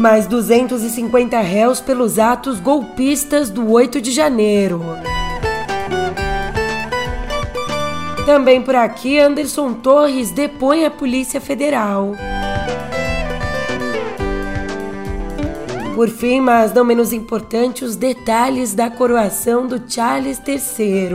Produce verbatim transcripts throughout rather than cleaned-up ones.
Mais duzentos e cinquenta réus pelos atos golpistas do oito de janeiro. Também por aqui, Anderson Torres depõe a Polícia Federal. Por fim, mas não menos importante, os detalhes da coroação do Charles terceiro.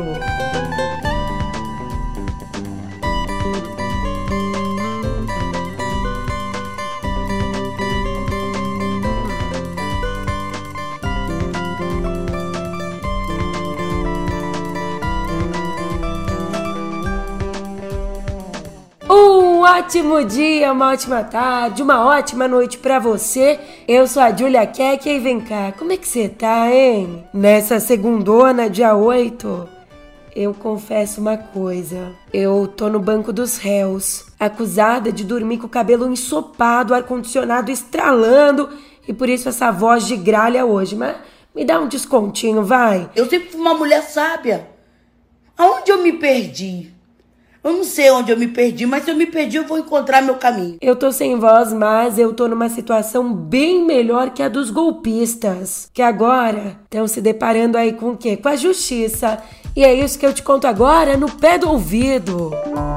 Um ótimo dia, uma ótima tarde, uma ótima noite pra você. Eu sou a Julia Keck e vem cá, como é que você tá, hein? Nessa segundona, dia oito, eu confesso uma coisa. Eu tô no banco dos réus, acusada de dormir com o cabelo ensopado, ar-condicionado estralando, e por isso essa voz de gralha hoje. Mas me dá um descontinho, vai. Eu sempre fui uma mulher sábia. Aonde eu me perdi? Eu não sei onde eu me perdi, mas se eu me perdi, eu vou encontrar meu caminho. Eu tô sem voz, mas eu tô numa situação bem melhor que a dos golpistas, que agora estão se deparando aí com o quê? Com a justiça. E é isso que eu te conto agora no pé do ouvido.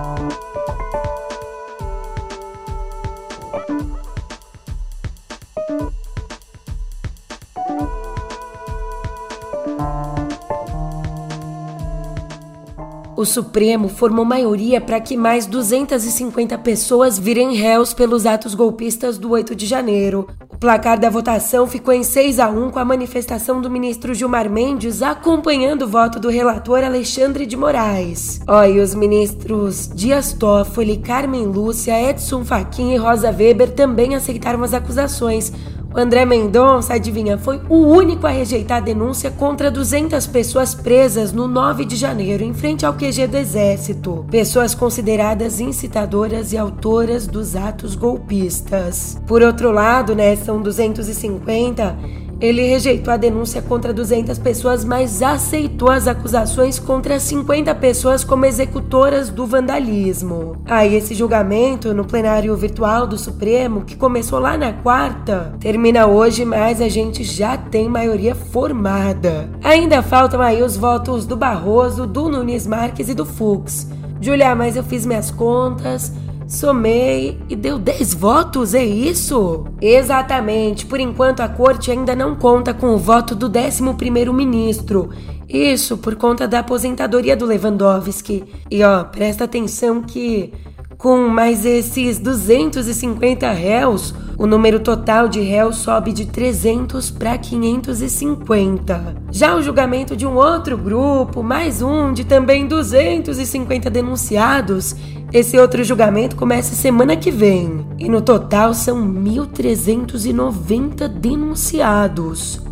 O Supremo formou maioria para que mais duzentas e cinquenta pessoas virem réus pelos atos golpistas do oito de janeiro. O placar da votação ficou em seis a um, com a manifestação do ministro Gilmar Mendes acompanhando o voto do relator Alexandre de Moraes. Ó, e os ministros Dias Toffoli, Carmen Lúcia, Edson Fachin e Rosa Weber também aceitaram as acusações. O André Mendonça, adivinha, foi o único a rejeitar a denúncia contra duzentas pessoas presas no nove de janeiro, em frente ao Q G do Exército. Pessoas consideradas incitadoras e autoras dos atos golpistas. Por outro lado, né, são duzentos e cinquenta... Ele rejeitou a denúncia contra duzentas pessoas, mas aceitou as acusações contra cinquenta pessoas como executoras do vandalismo. Aí, ah, esse julgamento no plenário virtual do Supremo, que começou lá na quarta, termina hoje, mas a gente já tem maioria formada. Ainda faltam aí os votos do Barroso, do Nunes Marques e do Fux. Julia, mas eu fiz minhas contas, somei e deu dez votos, é isso? Exatamente, por enquanto a corte ainda não conta com o voto do décimo primeiro ministro. Isso por conta da aposentadoria do Lewandowski. E ó, presta atenção que com mais esses duzentos e cinquenta réus, o número total de réus sobe de trezentos para quinhentos e cinquenta. Já o julgamento de um outro grupo, mais um de também duzentos e cinquenta denunciados, esse outro julgamento começa semana que vem. E no total são mil trezentos e noventa denunciados.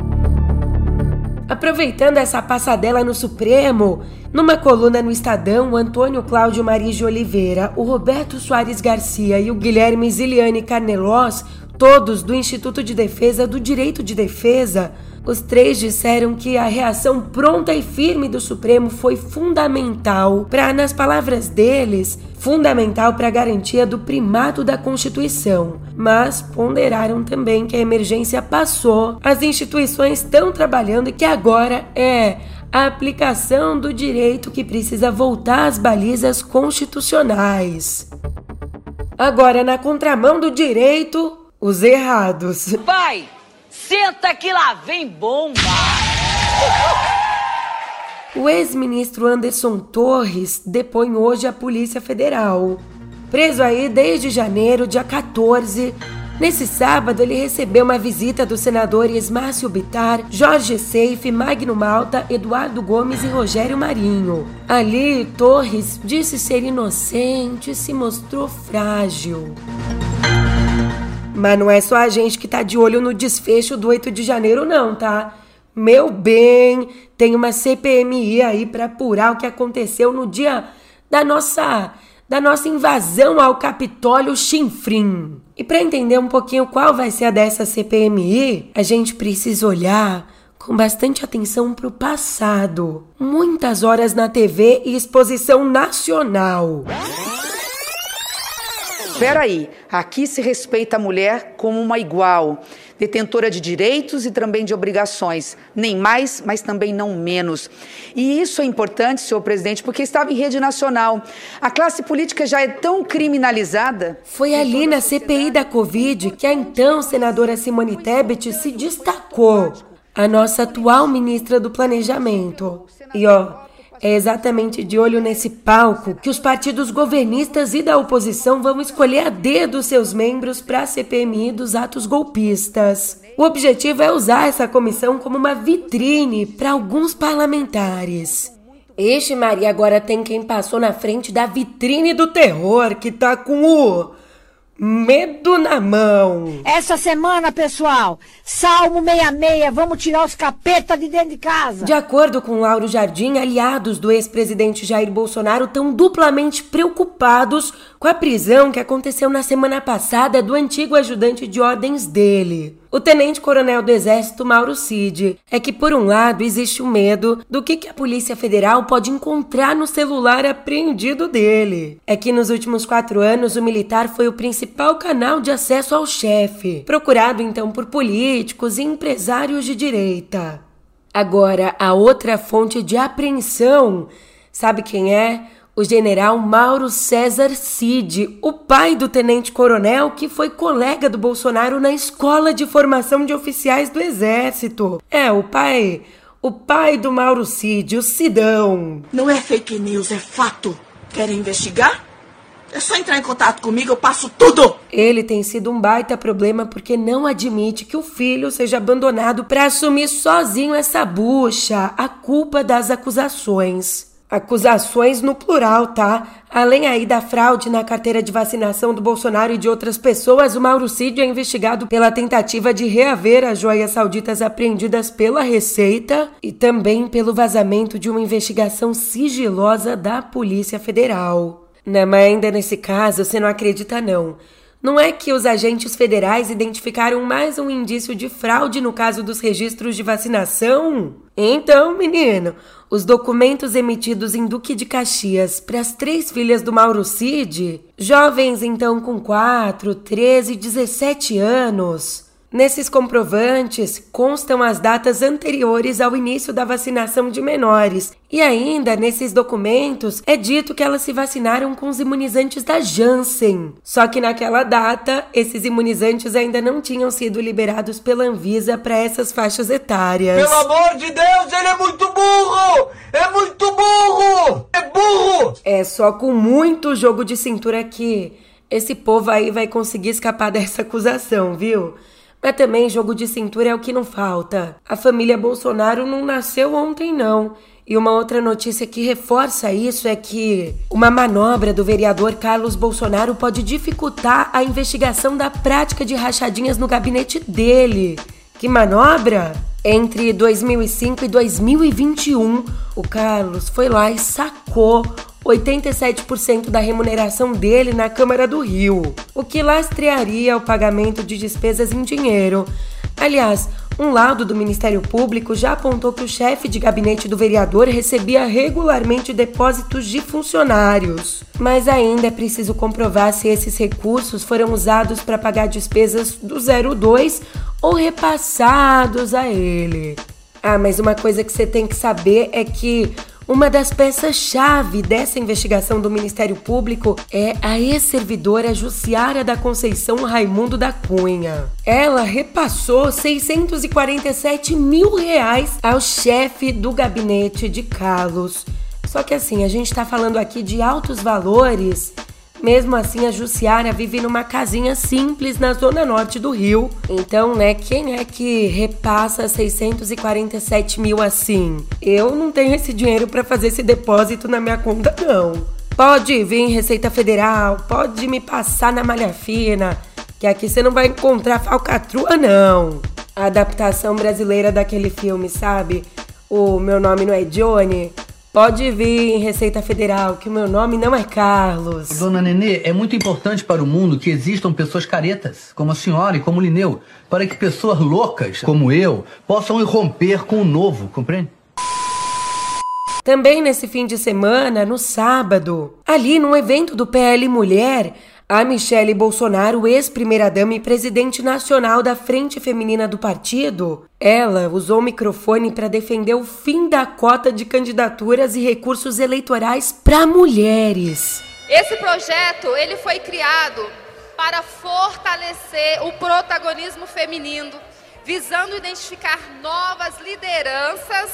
Aproveitando essa passadela no Supremo, numa coluna no Estadão, o Antônio Cláudio Maris de Oliveira, o Roberto Soares Garcia e o Guilherme Ziliane Carnelós, todos do Instituto de Defesa do Direito de Defesa, os três disseram que a reação pronta e firme do Supremo foi fundamental para, nas palavras deles, fundamental para a garantia do primato da Constituição. Mas ponderaram também que a emergência passou, as instituições estão trabalhando e que agora é a aplicação do direito que precisa voltar às balizas constitucionais. Agora, na contramão do direito, os errados. Vai! Senta que lá vem bomba! O ex-ministro Anderson Torres depõe hoje à Polícia Federal. Preso aí desde janeiro, dia quatorze, nesse sábado ele recebeu uma visita dos senadores Márcio Bittar, Jorge Seife, Magno Malta, Eduardo Gomes e Rogério Marinho. Ali, Torres disse ser inocente e se mostrou frágil. Mas não é só a gente que tá de olho no desfecho do oito de janeiro não, tá? Meu bem, tem uma C P M I aí pra apurar o que aconteceu no dia da nossa, da nossa invasão ao Capitólio Chinfrim. E pra entender um pouquinho qual vai ser a dessa C P M I, a gente precisa olhar com bastante atenção pro passado. Muitas horas na T V e exposição nacional. Peraí, aqui se respeita a mulher como uma igual, detentora de direitos e também de obrigações, nem mais, mas também não menos. E isso é importante, senhor presidente, porque estava em rede nacional. A classe política já é tão criminalizada. Foi ali na C P I da Covid que a então senadora Simone Tebet se destacou, a nossa atual ministra do Planejamento. E ó, é exatamente de olho nesse palco que os partidos governistas e da oposição vão escolher a dedo seus membros para a C P M I dos atos golpistas. O objetivo é usar essa comissão como uma vitrine para alguns parlamentares. Ixi, Maria, agora tem quem passou na frente da vitrine do terror, que tá com o medo na mão. Essa semana, pessoal, Salmo sessenta e seis, vamos tirar os capetas de dentro de casa. De acordo com Lauro Jardim, aliados do ex-presidente Jair Bolsonaro estão duplamente preocupados com a prisão que aconteceu na semana passada do antigo ajudante de ordens dele, o tenente-coronel do Exército Mauro Cid. É que, por um lado, existe o medo do que, que a Polícia Federal pode encontrar no celular apreendido dele. É que nos últimos quatro anos o militar foi o principal canal de acesso ao chefe, procurado então por políticos e empresários de direita. Agora, a outra fonte de apreensão, sabe quem é? O general Mauro César Cid, o pai do tenente-coronel que foi colega do Bolsonaro na escola de formação de oficiais do Exército. É, o pai, o pai do Mauro Cid, o Cidão. Não é fake news, é fato. Querem investigar? É só entrar em contato comigo, eu passo tudo! Ele tem sido um baita problema porque não admite que o filho seja abandonado para assumir sozinho essa bucha, a culpa das acusações. Acusações no plural, tá? Além aí da fraude na carteira de vacinação do Bolsonaro e de outras pessoas, o Mauro Cid é investigado pela tentativa de reaver as joias sauditas apreendidas pela Receita e também pelo vazamento de uma investigação sigilosa da Polícia Federal. Não, mas ainda nesse caso, você não acredita não. Não é que os agentes federais identificaram mais um indício de fraude no caso dos registros de vacinação? Então, menino, os documentos emitidos em Duque de Caxias para as três filhas do Mauro Cid, jovens então com quatro, treze e dezessete anos. Nesses comprovantes constam as datas anteriores ao início da vacinação de menores. E ainda, nesses documentos, é dito que elas se vacinaram com os imunizantes da Janssen. Só que naquela data, esses imunizantes ainda não tinham sido liberados pela Anvisa para essas faixas etárias. Pelo amor de Deus, ele é muito burro! É muito burro! É burro! É só com muito jogo de cintura que esse povo aí vai conseguir escapar dessa acusação, viu? Mas também jogo de cintura é o que não falta. A família Bolsonaro não nasceu ontem, não. E uma outra notícia que reforça isso é que uma manobra do vereador Carlos Bolsonaro pode dificultar a investigação da prática de rachadinhas no gabinete dele. Que manobra? Entre dois mil e cinco e dois mil e vinte e um, o Carlos foi lá e sacou oitenta e sete por cento da remuneração dele na Câmara do Rio, o que lastrearia o pagamento de despesas em dinheiro. Aliás, um laudo do Ministério Público já apontou que o chefe de gabinete do vereador recebia regularmente depósitos de funcionários. Mas ainda é preciso comprovar se esses recursos foram usados para pagar despesas do zero dois ou repassados a ele. Ah, mas uma coisa que você tem que saber é que uma das peças-chave dessa investigação do Ministério Público é a ex-servidora Jussiara da Conceição Raimundo da Cunha. Ela repassou seiscentos e quarenta e sete mil reais ao chefe do gabinete de Carlos. Só que assim, a gente tá falando aqui de altos valores. Mesmo assim, a Jussiara vive numa casinha simples na zona norte do Rio. Então, né, quem é que repassa seiscentos e quarenta e sete mil assim? Eu não tenho esse dinheiro pra fazer esse depósito na minha conta, não. Pode vir Receita Federal, pode me passar na malha fina, que aqui você não vai encontrar falcatrua, não. A adaptação brasileira daquele filme, sabe? O Meu Nome Não É Johnny. Pode vir em Receita Federal, que o meu nome não é Carlos. Dona Nenê, é muito importante para o mundo que existam pessoas caretas, como a senhora e como o Lineu, para que pessoas loucas, como eu, possam irromper com o novo, compreende? Também nesse fim de semana, no sábado, ali num evento do P L Mulher, A Michele Bolsonaro, ex-primeira-dama e presidente nacional da Frente Feminina do partido, ela usou o microfone para defender o fim da cota de candidaturas e recursos eleitorais para mulheres. Esse projeto ele foi criado para fortalecer o protagonismo feminino, visando identificar novas lideranças.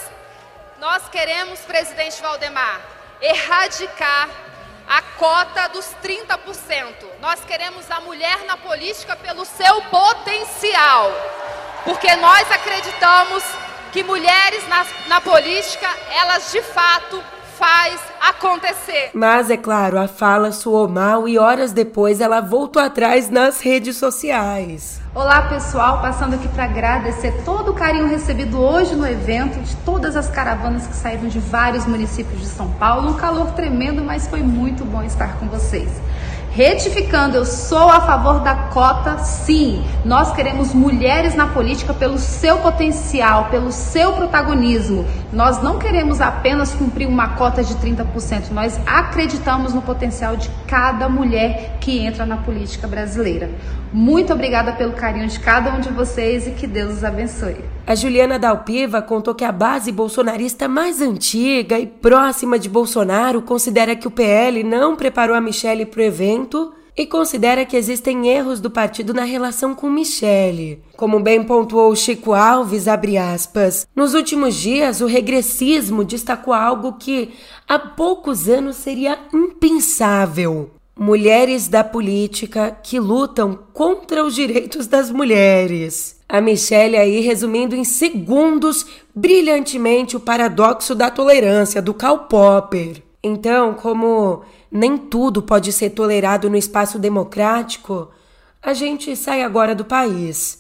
Nós queremos, presidente Valdemar, erradicar a cota dos trinta por cento. Nós queremos a mulher na política pelo seu potencial, porque nós acreditamos que mulheres na, na política, elas de fato faz acontecer. Mas, é claro, a fala soou mal e horas depois ela voltou atrás nas redes sociais. Olá pessoal, passando aqui para agradecer todo o carinho recebido hoje no evento, de todas as caravanas que saíram de vários municípios de São Paulo. Um calor tremendo, mas foi muito bom estar com vocês. Retificando, eu sou a favor da cota, sim. Nós queremos mulheres na política pelo seu potencial, pelo seu protagonismo. Nós não queremos apenas cumprir uma cota de trinta por cento. Nós acreditamos no potencial de cada mulher que entra na política brasileira. Muito obrigada pelo carinho de cada um de vocês e que Deus os abençoe. A Juliana Dalpiva contou que a base bolsonarista mais antiga e próxima de Bolsonaro considera que o P L não preparou a Michele para o evento e considera que existem erros do partido na relação com Michele. Como bem pontuou Chico Alves, abre aspas, nos últimos dias o regressismo destacou algo que há poucos anos seria impensável. Mulheres da política que lutam contra os direitos das mulheres. A Michele aí resumindo em segundos brilhantemente o paradoxo da tolerância do Karl Popper. Então, como nem tudo pode ser tolerado no espaço democrático, a gente sai agora do país.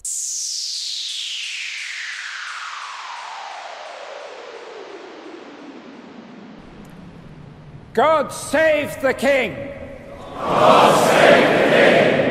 God save the King! God save the King!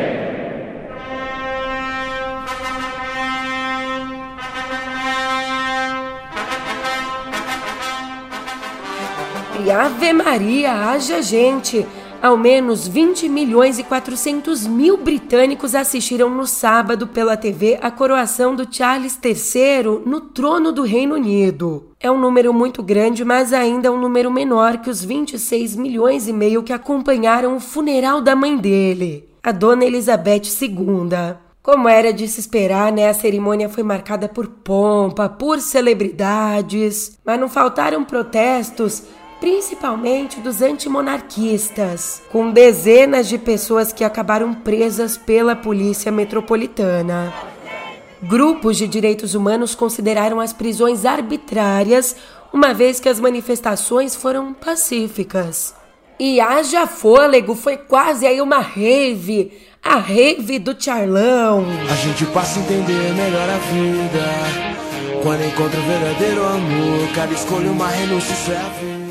E Ave Maria, haja gente! Ao menos vinte milhões e quatrocentos mil britânicos assistiram no sábado pela T V a coroação do Charles terceiro no trono do Reino Unido. É um número muito grande, mas ainda um número menor que os vinte e seis milhões e meio que acompanharam o funeral da mãe dele, a Dona Elizabeth segunda. Como era de se esperar, né, a cerimônia foi marcada por pompa, por celebridades, mas não faltaram protestos, principalmente dos antimonarquistas, com dezenas de pessoas que acabaram presas pela polícia metropolitana. Grupos de direitos humanos consideraram as prisões arbitrárias, uma vez que as manifestações foram pacíficas. E haja fôlego, foi quase aí uma rave, a rave do Charlão. A gente passa a entender melhor a vida, quando encontra o verdadeiro amor, cada escolha uma renúncia, isso é a vida.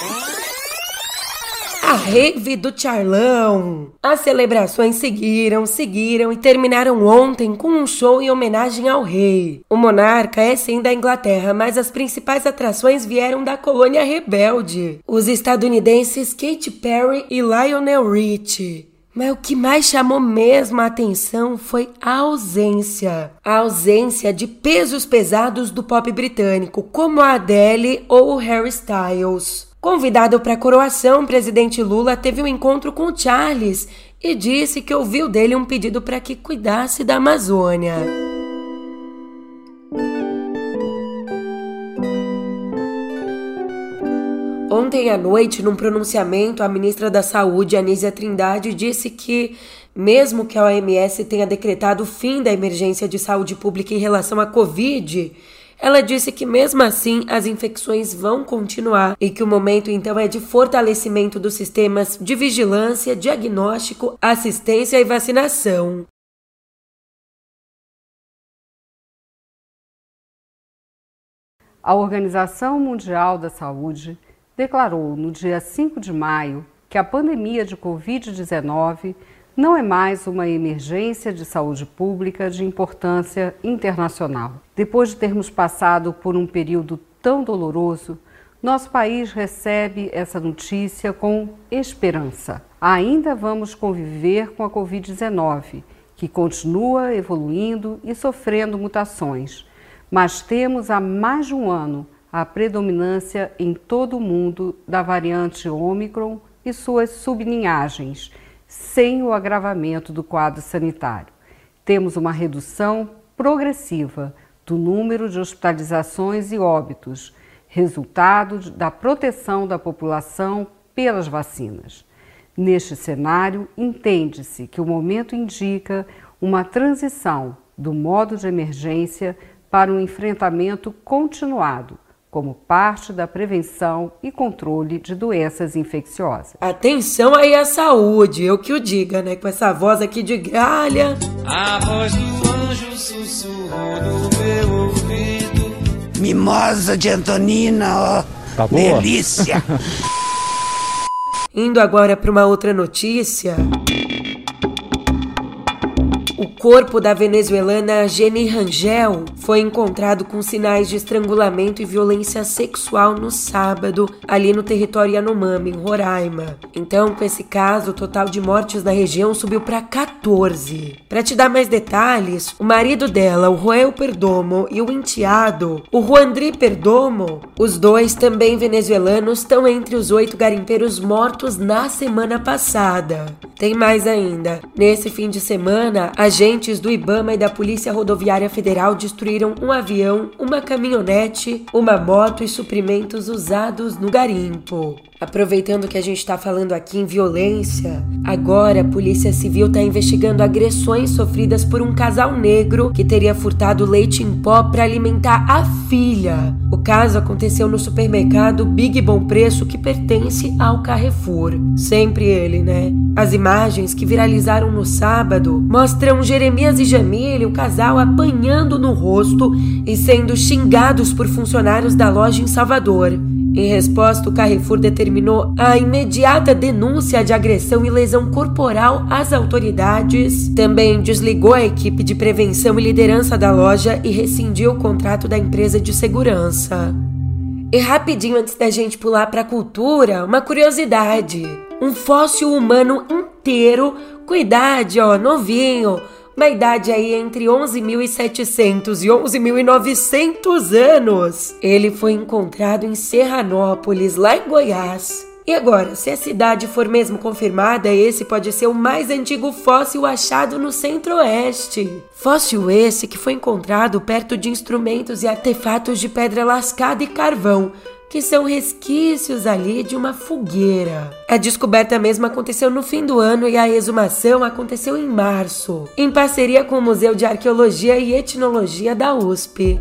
A rave do Charlão. As celebrações seguiram, seguiram e terminaram ontem com um show em homenagem ao rei. O monarca é sim da Inglaterra, mas as principais atrações vieram da colônia rebelde. Os estadunidenses Katy Perry e Lionel Richie. Mas o que mais chamou mesmo a atenção foi a ausência. A ausência de pesos pesados do pop britânico, como a Adele ou o Harry Styles. Convidado para a coroação, o presidente Lula teve um encontro com o Charles e disse que ouviu dele um pedido para que cuidasse da Amazônia. Ontem à noite, num pronunciamento, a ministra da Saúde, Anísia Trindade, disse que, mesmo que a O M S tenha decretado o fim da emergência de saúde pública em relação à Covid, ela disse que mesmo assim as infecções vão continuar e que o momento então é de fortalecimento dos sistemas de vigilância, diagnóstico, assistência e vacinação. A Organização Mundial da Saúde declarou no dia cinco de maio que a pandemia de covid dezenove não é mais uma emergência de saúde pública de importância internacional. Depois de termos passado por um período tão doloroso, Nosso país recebe essa notícia com esperança. Ainda vamos conviver com a covid dezenove, que continua evoluindo e sofrendo mutações. Mas temos há mais de um ano a predominância em todo o mundo da variante Ômicron e suas sublinhagens, sem o agravamento do quadro sanitário. Temos uma redução progressiva do número de hospitalizações e óbitos, resultado da proteção da população pelas vacinas. Neste cenário, entende-se que o momento indica uma transição do modo de emergência para um enfrentamento continuado, como parte da prevenção e controle de doenças infecciosas. Atenção aí à saúde, eu que o diga, né? Com essa voz aqui de gralha. A voz do anjo sussurrou no meu ouvido. Mimosa de Antonina, ó. Tá boa? Delícia. Indo agora para uma outra notícia. O corpo da venezuelana Jenny Rangel foi encontrado com sinais de estrangulamento e violência sexual no sábado, ali no território Yanomami, em Roraima. Então, com esse caso, o total de mortes na região subiu para quatorze. Para te dar mais detalhes, o marido dela, o Joel Perdomo, e o enteado, o Juandri Perdomo, os dois também venezuelanos, estão entre os oito garimpeiros mortos na semana passada. Tem mais ainda. Nesse fim de semana, agentes do IBAMA e da Polícia Rodoviária Federal destruíram um avião, uma caminhonete, uma moto e suprimentos usados no garimpo. Aproveitando que a gente está falando aqui em violência, agora a Polícia Civil está investigando agressões sofridas por um casal negro que teria furtado leite em pó para alimentar a filha. O caso aconteceu no supermercado Big Bom Preço, que pertence ao Carrefour. Sempre ele, né? As imagens que viralizaram no sábado mostram Jeremias e Jamile, o casal, apanhando no rosto e sendo xingados por funcionários da loja em Salvador. Em resposta, o Carrefour determinou a imediata denúncia de agressão e lesão corporal às autoridades. Também desligou a equipe de prevenção e liderança da loja e rescindiu o contrato da empresa de segurança. E rapidinho, antes da gente pular para a cultura, uma curiosidade. Um fóssil humano inteiro, com idade, ó, novinho, uma idade aí entre onze mil e setecentos e onze mil e novecentos anos. Ele foi encontrado em Serranópolis, lá em Goiás. E agora, se essa idade for mesmo confirmada, esse pode ser o mais antigo fóssil achado no Centro-Oeste. Fóssil esse que foi encontrado perto de instrumentos e artefatos de pedra lascada e carvão, que são resquícios ali de uma fogueira. A descoberta mesmo aconteceu no fim do ano e a exumação aconteceu em março, em parceria com o Museu de Arqueologia e Etnologia da U S P.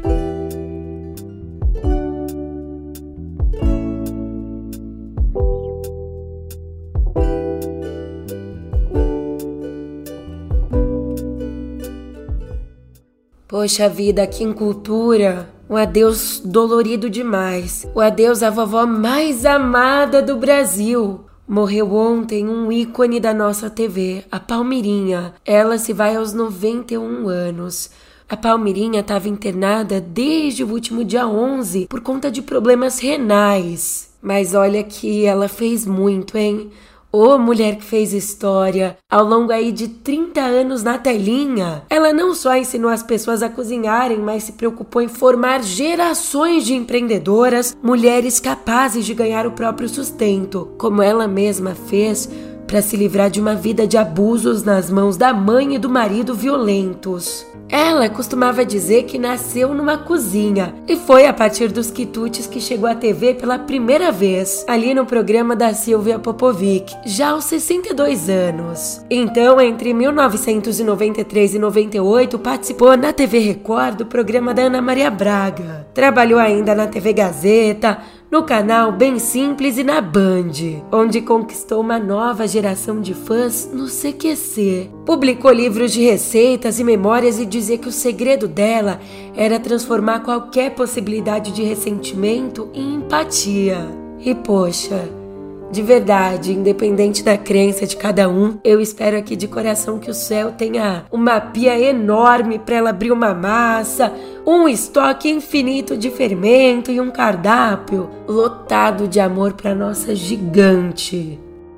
Poxa vida, aqui em cultura, um adeus dolorido demais. O adeus à vovó mais amada do Brasil. Morreu ontem um ícone da nossa T V, a Palmirinha. Ela se vai aos noventa e um anos. A Palmirinha estava internada desde o último dia onze por conta de problemas renais. Mas olha que ela fez muito, hein? Ô, mulher que fez história, ao longo aí de trinta anos na telinha, ela não só ensinou as pessoas a cozinharem, mas se preocupou em formar gerações de empreendedoras, mulheres capazes de ganhar o próprio sustento, como ela mesma fez para se livrar de uma vida de abusos nas mãos da mãe e do marido violentos. Ela costumava dizer que nasceu numa cozinha e foi a partir dos quitutes que chegou à T V pela primeira vez, ali no programa da Silvia Popovic, já aos sessenta e dois anos. Então, entre mil novecentos e noventa e três e noventa e oito, participou na T V Record do programa da Ana Maria Braga. Trabalhou ainda na T V Gazeta, no canal Bem Simples e na Band, onde conquistou uma nova geração de fãs no C Q C. Publicou livros de receitas e memórias e dizia que o segredo dela era transformar qualquer possibilidade de ressentimento em empatia. E poxa, De verdade, independente da crença de cada um, eu espero aqui de coração que o céu tenha uma pia enorme para ela abrir uma massa, um estoque infinito de fermento e um cardápio lotado de amor para nossa gigante.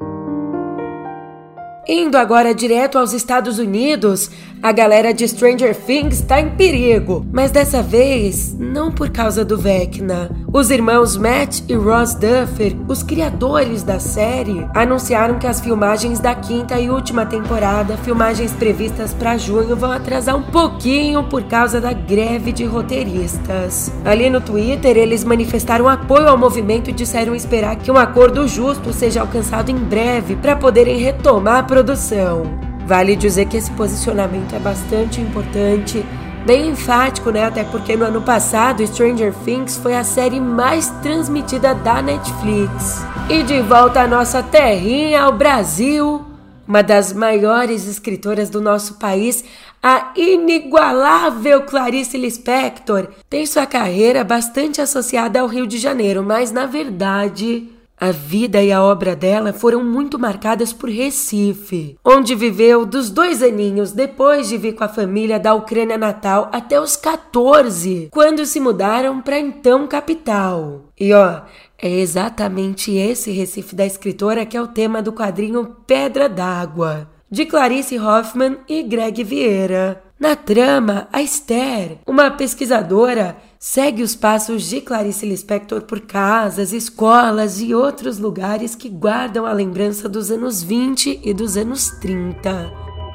Indo agora direto aos Estados Unidos, a galera de Stranger Things está em perigo, mas dessa vez não por causa do Vecna. Os irmãos Matt e Ross Duffer, os criadores da série, anunciaram que as filmagens da quinta e última temporada, filmagens previstas para junho, vão atrasar um pouquinho por causa da greve de roteiristas. Ali no Twitter, eles manifestaram apoio ao movimento e disseram esperar que um acordo justo seja alcançado em breve para poderem retomar a produção. Vale dizer que esse posicionamento é bastante importante, bem enfático, né? Até porque no ano passado, Stranger Things foi a série mais transmitida da Netflix. E de volta à nossa terrinha, ao Brasil, uma das maiores escritoras do nosso país, a inigualável Clarice Lispector, tem sua carreira bastante associada ao Rio de Janeiro, mas na verdade a vida e a obra dela foram muito marcadas por Recife, onde viveu dos dois aninhos depois de vir com a família da Ucrânia natal até os catorze, quando se mudaram para então capital. E ó, é exatamente esse Recife da escritora que é o tema do quadrinho Pedra d'Água, de Clarice Hoffman e Greg Vieira. Na trama, a Esther, uma pesquisadora, segue os passos de Clarice Lispector por casas, escolas e outros lugares que guardam a lembrança dos anos vinte e dos anos trinta.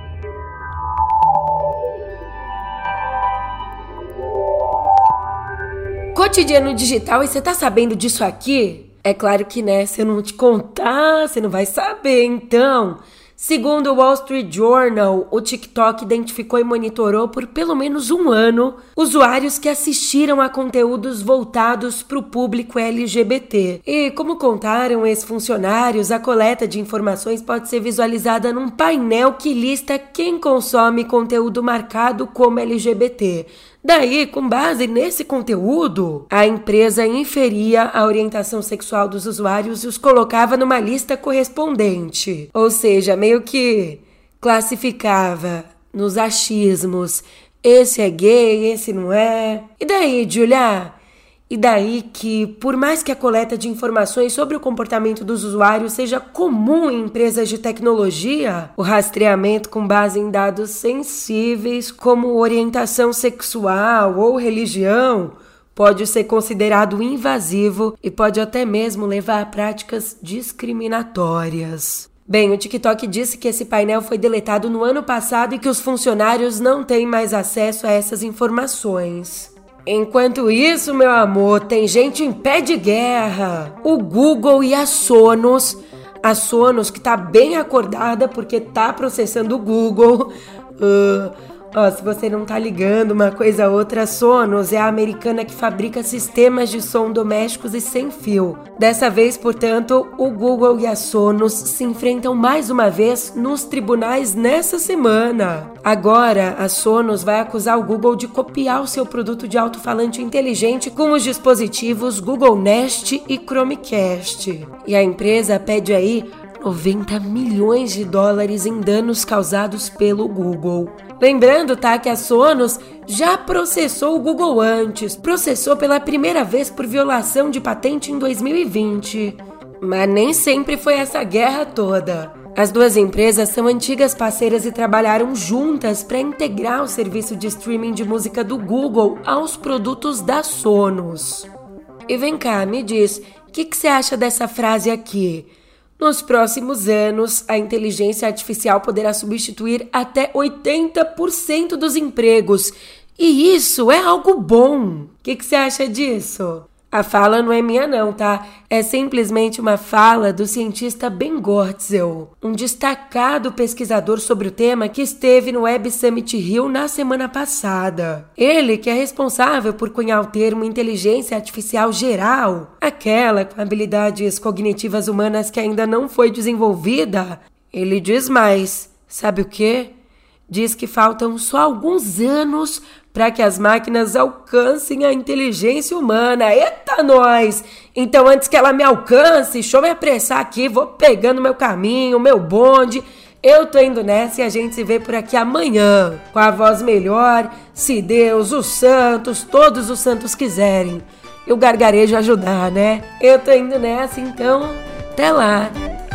Cotidiano digital, e você tá sabendo disso aqui? É claro que, né, se eu não te contar, você não vai saber, então. Segundo o Wall Street Journal, o TikTok identificou e monitorou por pelo menos um ano usuários que assistiram a conteúdos voltados para o público L G B T. E, como contaram ex-funcionários, a coleta de informações pode ser visualizada num painel que lista quem consome conteúdo marcado como L G B T. Daí, com base nesse conteúdo, a empresa inferia a orientação sexual dos usuários e os colocava numa lista correspondente. Ou seja, meio que classificava nos achismos. Esse é gay, esse não é. E daí, Julia? E daí que, por mais que a coleta de informações sobre o comportamento dos usuários seja comum em empresas de tecnologia, o rastreamento com base em dados sensíveis como orientação sexual ou religião pode ser considerado invasivo e pode até mesmo levar a práticas discriminatórias. Bem, o TikTok disse que esse painel foi deletado no ano passado e que os funcionários não têm mais acesso a essas informações. Enquanto isso, meu amor, tem gente em pé de guerra. O Google e a Sonos, a Sonos que tá bem acordada porque tá processando o Google. Uh, ó, se você não tá ligando uma coisa a outra, a Sonos é a americana que fabrica sistemas de som domésticos e sem fio. Dessa vez, portanto, o Google e a Sonos se enfrentam mais uma vez nos tribunais nessa semana. Agora, a Sonos vai acusar o Google de copiar o seu produto de alto-falante inteligente com os dispositivos Google Nest e Chromecast. E a empresa pede aí noventa milhões de dólares em danos causados pelo Google. Lembrando, tá, que a Sonos já processou o Google antes. Processou pela primeira vez por violação de patente em dois mil e vinte. Mas nem sempre foi essa guerra toda. As duas empresas são antigas parceiras e trabalharam juntas para integrar o serviço de streaming de música do Google aos produtos da Sonos. E vem cá, me diz, o que, que você acha dessa frase aqui? Nos próximos anos, a inteligência artificial poderá substituir até oitenta por cento dos empregos. E isso é algo bom. O que, que você acha disso? A fala não é minha não, tá? É simplesmente uma fala do cientista Ben Goertzel, um destacado pesquisador sobre o tema que esteve no Web Summit Rio na semana passada. Ele que é responsável por cunhar o termo inteligência artificial geral, aquela com habilidades cognitivas humanas que ainda não foi desenvolvida. Ele diz mais, sabe o quê? diz que faltam só alguns anos para que as máquinas alcancem a inteligência humana. Eita, nós! Então, antes que ela me alcance, deixa eu me apressar aqui, vou pegando meu caminho, meu bonde. Eu tô indo nessa e a gente se vê por aqui amanhã, com a voz melhor, se Deus, os santos, todos os santos quiserem. E o gargarejo ajudar, né? Eu tô indo nessa, então, até lá!